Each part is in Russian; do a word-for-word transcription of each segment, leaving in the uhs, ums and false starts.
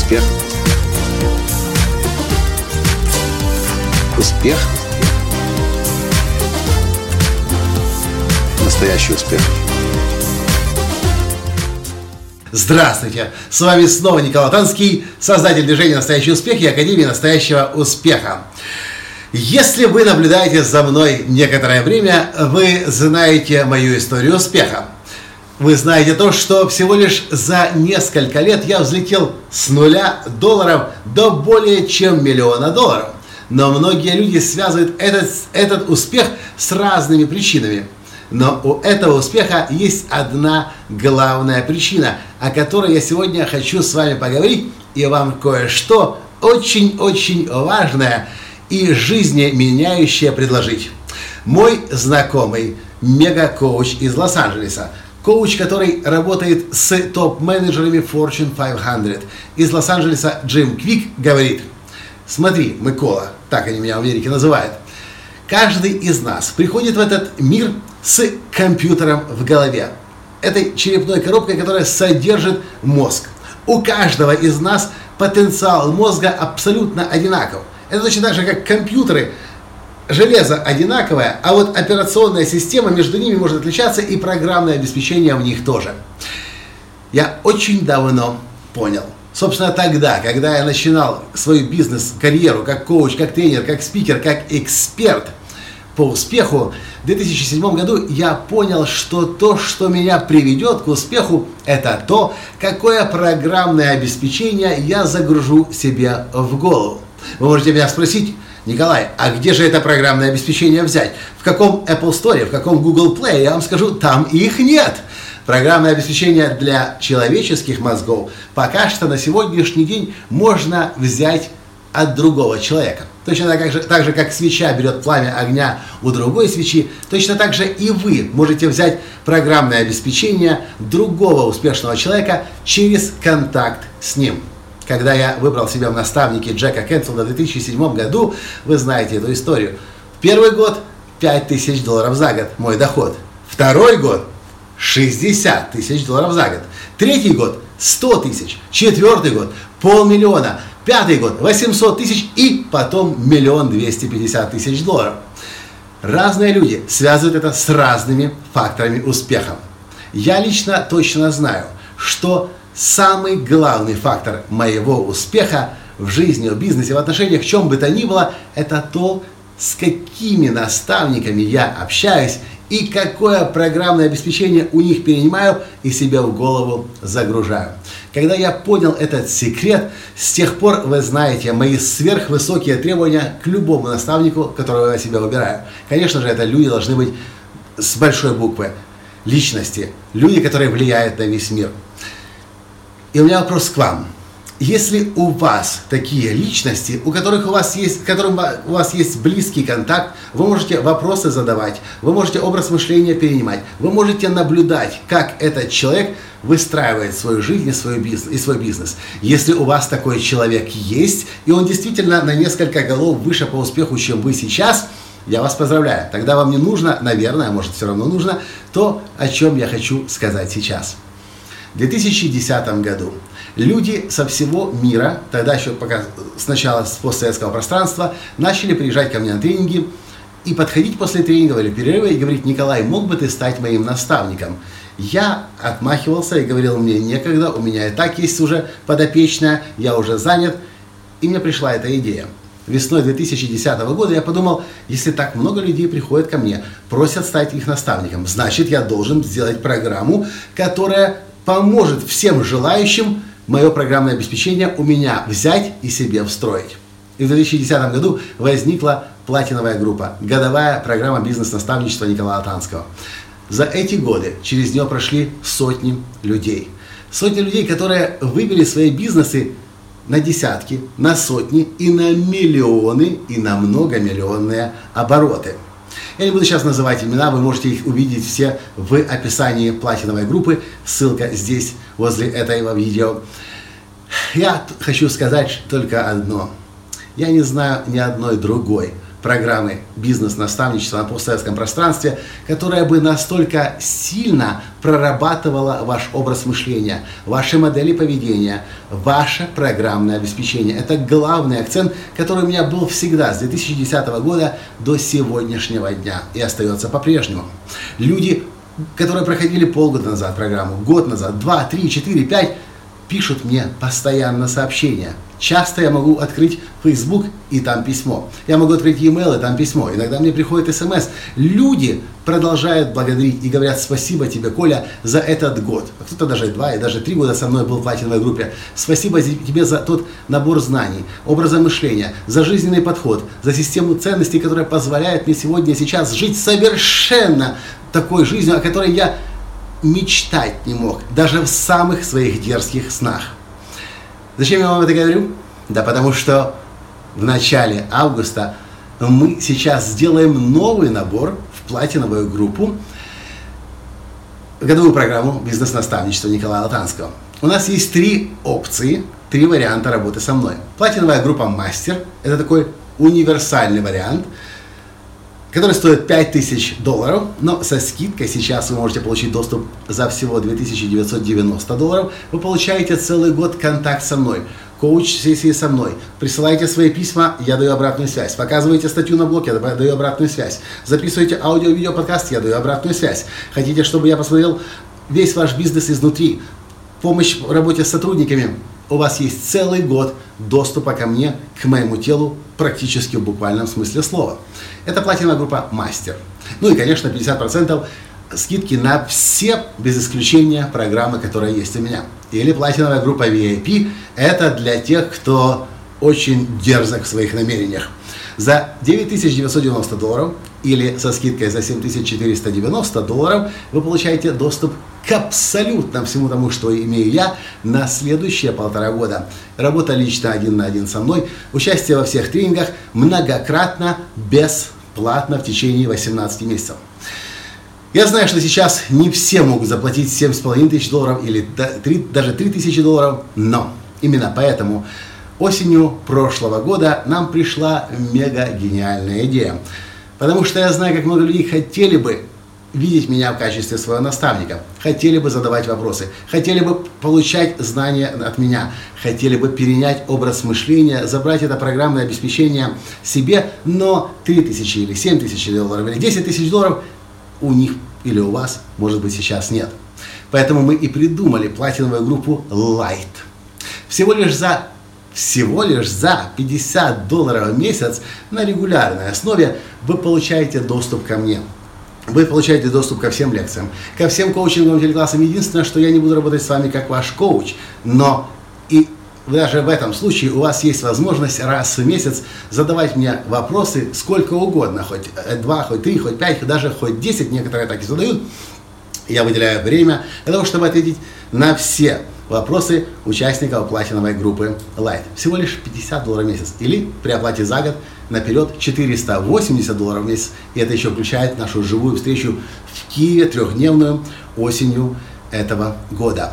Успех. Успех. Настоящий успех. Здравствуйте! С вами снова Николай Танский, создатель движения «Настоящий успех» и Академии настоящего успеха. Если вы наблюдаете за мной некоторое время, вы знаете мою историю успеха. Вы знаете то, что всего лишь за несколько лет я взлетел с нуля долларов до более чем миллиона долларов. Но многие люди связывают этот, этот успех с разными причинами. Но у этого успеха есть одна главная причина, о которой я сегодня хочу с вами поговорить и вам кое-что очень-очень важное и жизнеменяющее предложить. Мой знакомый мега-коуч из Лос-Анджелеса, коуч, который работает с топ-менеджерами Fortune пятьсот из Лос-Анджелеса, Джим Квик, говорит: смотри, Микола, так они меня в Америке называют, каждый из нас приходит в этот мир с компьютером в голове, этой черепной коробкой, которая содержит мозг. У каждого из нас потенциал мозга абсолютно одинаков. Это точно так же, как компьютеры. Железо одинаковое, а вот операционная система между ними может отличаться, и программное обеспечение в них тоже. Я очень давно понял. Собственно, тогда, когда я начинал свою бизнес-карьеру как коуч, как тренер, как спикер, как эксперт по успеху, в две тысячи седьмом году я понял, что то, что меня приведет к успеху, это то, какое программное обеспечение я загружу себе в голову. Вы можете меня спросить: Николай, а где же это программное обеспечение взять? В каком Apple Store, в каком Google Play? Я вам скажу, там их нет. Программное обеспечение для человеческих мозгов пока что на сегодняшний день можно взять от другого человека. Точно так же, так же, как свеча берет пламя огня у другой свечи, точно так же и вы можете взять программное обеспечение другого успешного человека через контакт с ним. Когда я выбрал себя в наставники Джека Кенфилда в две тысячи седьмом году, вы знаете эту историю. Первый год пять тысяч долларов за год мой доход. Второй год шестьдесят тысяч долларов за год. Третий год сто тысяч. Четвертый год полмиллиона. Пятый год восемьсот тысяч и потом миллион двести пятьдесят тысяч долларов. Разные люди связывают это с разными факторами успеха. Я лично точно знаю, что самый главный фактор моего успеха в жизни, в бизнесе, в отношениях, в чем бы то ни было, это то, с какими наставниками я общаюсь и какое программное обеспечение у них перенимаю и себе в голову загружаю. Когда я понял этот секрет, с тех пор, вы знаете, мои сверхвысокие требования к любому наставнику, которого я себе выбираю. Конечно же, это люди должны быть с большой буквы. Личности. Люди, которые влияют на весь мир. И у меня вопрос к вам. Если у вас такие личности, у которых у вас есть, с которым у вас есть близкий контакт, вы можете вопросы задавать, вы можете образ мышления перенимать, вы можете наблюдать, как этот человек выстраивает свою жизнь и свой бизнес. И свой бизнес. Если у вас такой человек есть, и он действительно на несколько голов выше по успеху, чем вы сейчас, я вас поздравляю. Тогда вам не нужно, наверное, может все равно нужно, то, о чем я хочу сказать сейчас. В две тысячи десятом году люди со всего мира, тогда еще пока сначала с постсоветского пространства, начали приезжать ко мне на тренинги и подходить после тренинга или перерыва и говорить: Николай, мог бы ты стать моим наставником? Я отмахивался и говорил: мне некогда, у меня и так есть уже подопечная, я уже занят. И мне пришла эта идея. Весной две тысячи десятого года я подумал: если так много людей приходят ко мне, просят стать их наставником, значит, я должен сделать программу, которая поможет всем желающим мое программное обеспечение у меня взять и себе встроить. И в две тысячи десятом году возникла платиновая группа, годовая программа бизнес-наставничества Николая Танского. За эти годы через нее прошли сотни людей. Сотни людей, которые вывели свои бизнесы на десятки, на сотни и на миллионы и на многомиллионные обороты. Я не буду сейчас называть имена, вы можете их увидеть все в описании платиновой группы. Ссылка здесь, возле этого видео. Я хочу сказать только одно. Я не знаю ни одной другой программы бизнес-наставничества на постсоветском пространстве, которая бы настолько сильно прорабатывала ваш образ мышления, ваши модели поведения, ваше программное обеспечение. Это главный акцент, который у меня был всегда с две тысячи десятого года до сегодняшнего дня и остается по-прежнему. Люди, которые проходили полгода назад программу, год назад, два, три, четыре, пять, пишут мне постоянно сообщения. Часто я могу открыть Facebook и там письмо. Я могу открыть e-mail и там письмо. Иногда мне приходит смс. Люди продолжают благодарить и говорят: спасибо тебе, Коля, за этот год. А кто-то даже два и даже три года со мной был в платиновой группе. Спасибо тебе за тот набор знаний, образа мышления, за жизненный подход, за систему ценностей, которая позволяет мне сегодня, сейчас жить совершенно такой жизнью, о которой я мечтать не мог, даже в самых своих дерзких снах. Зачем я вам это говорю? Да потому что в начале августа мы сейчас сделаем новый набор в платиновую группу, в годовую программу бизнес-наставничества Николая Латанского. У нас есть три опции, три варианта работы со мной. Платиновая группа «Мастер» – это такой универсальный вариант, который стоит пять тысяч долларов, но со скидкой сейчас вы можете получить доступ за всего две тысячи девятьсот девяносто долларов. Вы получаете целый год контакт со мной, коуч-сессии со мной. Присылайте свои письма, я даю обратную связь. Показываете статью на блог, я даю обратную связь. Записываете аудио-видео подкаст, я даю обратную связь. Хотите, чтобы я посмотрел весь ваш бизнес изнутри, помощь в работе с сотрудниками? У вас есть целый год доступа ко мне, к моему телу, практически в буквальном смысле слова. Это платиновая группа «Мастер». Ну и, конечно, пятьдесят процентов скидки на все, без исключения, программы, которые есть у меня. Или платиновая группа ви ай пи – это для тех, кто очень дерзок в своих намерениях. За девять тысяч девятьсот девяносто долларов или со скидкой за семь тысяч четыреста девяносто долларов вы получаете доступ к абсолютно всему тому, что имею я, на следующие полтора года. Работа лично один на один со мной, участие во всех тренингах многократно, бесплатно в течение восемнадцати месяцев. Я знаю, что сейчас не все могут заплатить семь с половиной тысяч долларов или даже три тысячи долларов, но именно поэтому осенью прошлого года нам пришла мега гениальная идея. Потому что я знаю, как много людей хотели бы видеть меня в качестве своего наставника, хотели бы задавать вопросы, хотели бы получать знания от меня, хотели бы перенять образ мышления, забрать это программное обеспечение себе, но три тысячи или семь тысяч долларов или десять тысяч долларов у них или у вас, может быть, сейчас нет. Поэтому мы и придумали платиновую группу Light. Всего лишь за Всего лишь за пятьдесят долларов в месяц на регулярной основе вы получаете доступ ко мне. Вы получаете доступ ко всем лекциям, ко всем коучинговым телеклассам. Единственное, что я не буду работать с вами как ваш коуч, но и даже в этом случае у вас есть возможность раз в месяц задавать мне вопросы сколько угодно, хоть два, хоть три, хоть пять, даже хоть десять, некоторые так и задают. Я выделяю время для того, чтобы ответить на все вопросы участников платиновой группы Light. Всего лишь пятьдесят долларов в месяц. Или при оплате за год наперед четыреста восемьдесят долларов в месяц. И это еще включает нашу живую встречу в Киеве трехдневную осенью этого года.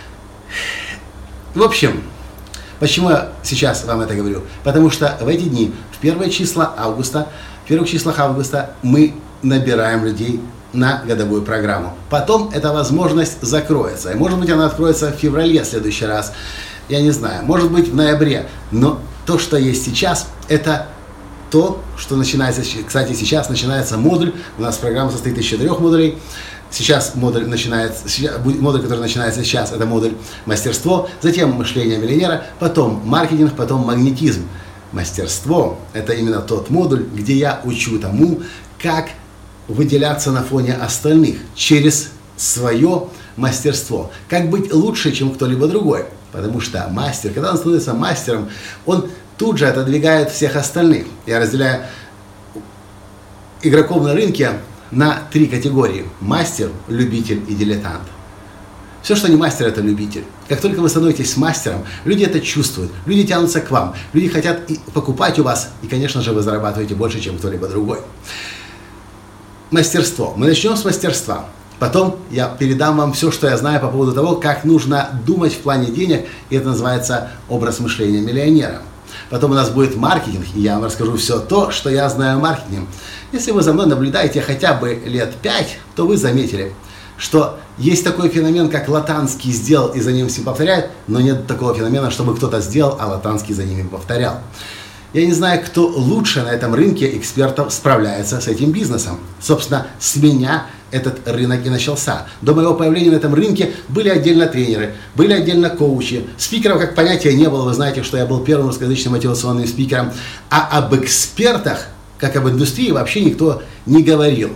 В общем, почему я сейчас вам это говорю? Потому что в эти дни, в первые числа августа, в первых числах августа мы набираем людей на годовую программу. Потом эта возможность закроется. И может быть она откроется в феврале в следующий раз. Я не знаю. Может быть в ноябре. Но то, что есть сейчас, это то, что начинается. Кстати, сейчас начинается модуль. У нас программа состоит из четырех модулей. Сейчас модуль начинается, модуль, который начинается сейчас, это модуль мастерство. Затем мышление миллионера. Потом маркетинг, потом магнетизм. Мастерство – это именно тот модуль, где я учу тому, как выделяться на фоне остальных через свое мастерство. Как быть лучше, чем кто-либо другой. Потому что мастер, когда он становится мастером, он тут же отодвигает всех остальных. Я разделяю игроков на рынке на три категории. Мастер, любитель и дилетант. Все, что не мастер, это любитель. Как только вы становитесь мастером, люди это чувствуют. Люди тянутся к вам. Люди хотят и покупать у вас. И, конечно же, вы зарабатываете больше, чем кто-либо другой. Мастерство. Мы начнем с мастерства. Потом я передам вам все, что я знаю по поводу того, как нужно думать в плане денег. И это называется образ мышления миллионера. Потом у нас будет маркетинг, и я вам расскажу все то, что я знаю о маркетинге. Если вы за мной наблюдаете хотя бы лет пять, то вы заметили, что есть такой феномен, как Латанский сделал и за ним все повторяет, но нет такого феномена, чтобы кто-то сделал, а Латанский за ними повторял. Я не знаю, кто лучше на этом рынке экспертов справляется с этим бизнесом. Собственно, с меня этот рынок и начался. До моего появления на этом рынке были отдельно тренеры, были отдельно коучи. Спикеров как понятия не было. Вы знаете, что я был первым русскоязычным мотивационным спикером. А об экспертах, как об индустрии, вообще никто не говорил.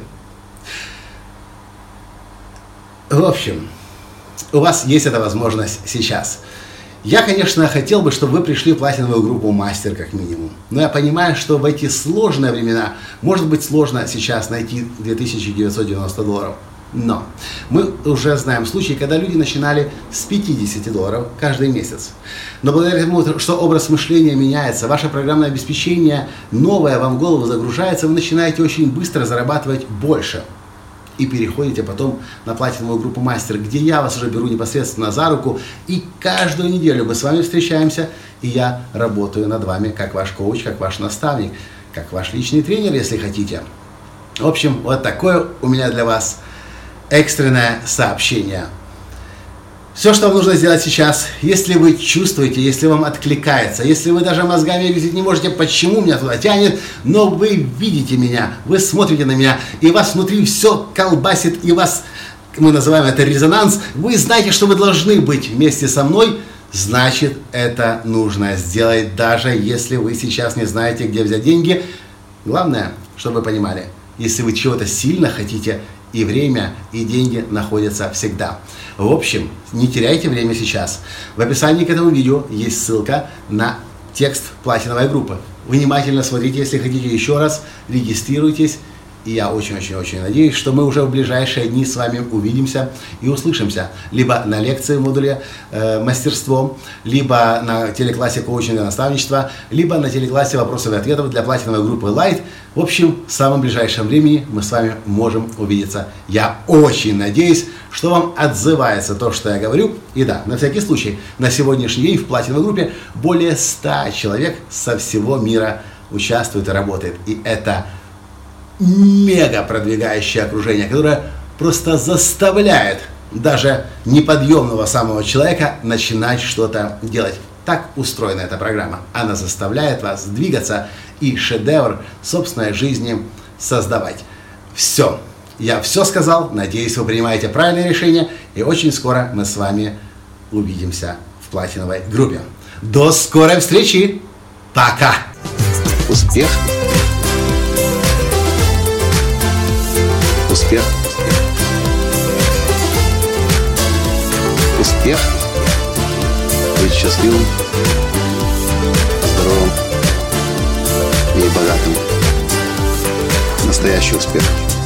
В общем, у вас есть эта возможность сейчас. Я, конечно, хотел бы, чтобы вы пришли в платиновую группу «Мастер» как минимум. Но я понимаю, что в эти сложные времена может быть сложно сейчас найти две тысячи девятьсот девяносто долларов. Но мы уже знаем случаи, когда люди начинали с пятидесяти долларов каждый месяц. Но благодаря тому, что образ мышления меняется, ваше программное обеспечение новое вам в голову загружается, вы начинаете очень быстро зарабатывать больше. И переходите потом на платиновую группу «Мастер», где я вас уже беру непосредственно за руку, и каждую неделю мы с вами встречаемся, и я работаю над вами как ваш коуч, как ваш наставник, как ваш личный тренер, если хотите. В общем, вот такое у меня для вас экстренное сообщение. Все, что вам нужно сделать сейчас, если вы чувствуете, если вам откликается, если вы даже мозгами объяснить не можете, почему меня туда тянет, но вы видите меня, вы смотрите на меня, и вас внутри все колбасит, и вас, мы называем это резонанс, вы знаете, что вы должны быть вместе со мной, значит, это нужно сделать, даже если вы сейчас не знаете, где взять деньги. Главное, чтобы вы понимали, если вы чего-то сильно хотите, и время, и деньги находятся всегда. В общем, не теряйте время сейчас. В описании к этому видео есть ссылка на текст платиновой группы. Внимательно смотрите, если хотите еще раз, регистрируйтесь. И я очень-очень-очень надеюсь, что мы уже в ближайшие дни с вами увидимся и услышимся. Либо на лекции в модуле э, мастерство, либо на телеклассе коучинга и наставничества, либо на телеклассе вопросов и ответов для платиновой группы Light. В общем, в самом ближайшем времени мы с вами можем увидеться. Я очень надеюсь, что вам отзывается то, что я говорю. И да, на всякий случай, на сегодняшний день в платиновой группе более ста человек со всего мира участвует и работает. И это мега продвигающее окружение, которое просто заставляет даже неподъемного самого человека начинать что-то делать. Так устроена эта программа. Она заставляет вас двигаться и шедевр собственной жизни создавать. Все. Я все сказал. Надеюсь, вы принимаете правильное решение. И очень скоро мы с вами увидимся в платиновой группе. До скорой встречи. Пока. Успех. Успех. Успех. Быть счастливым, здоровым и богатым. Настоящий успех.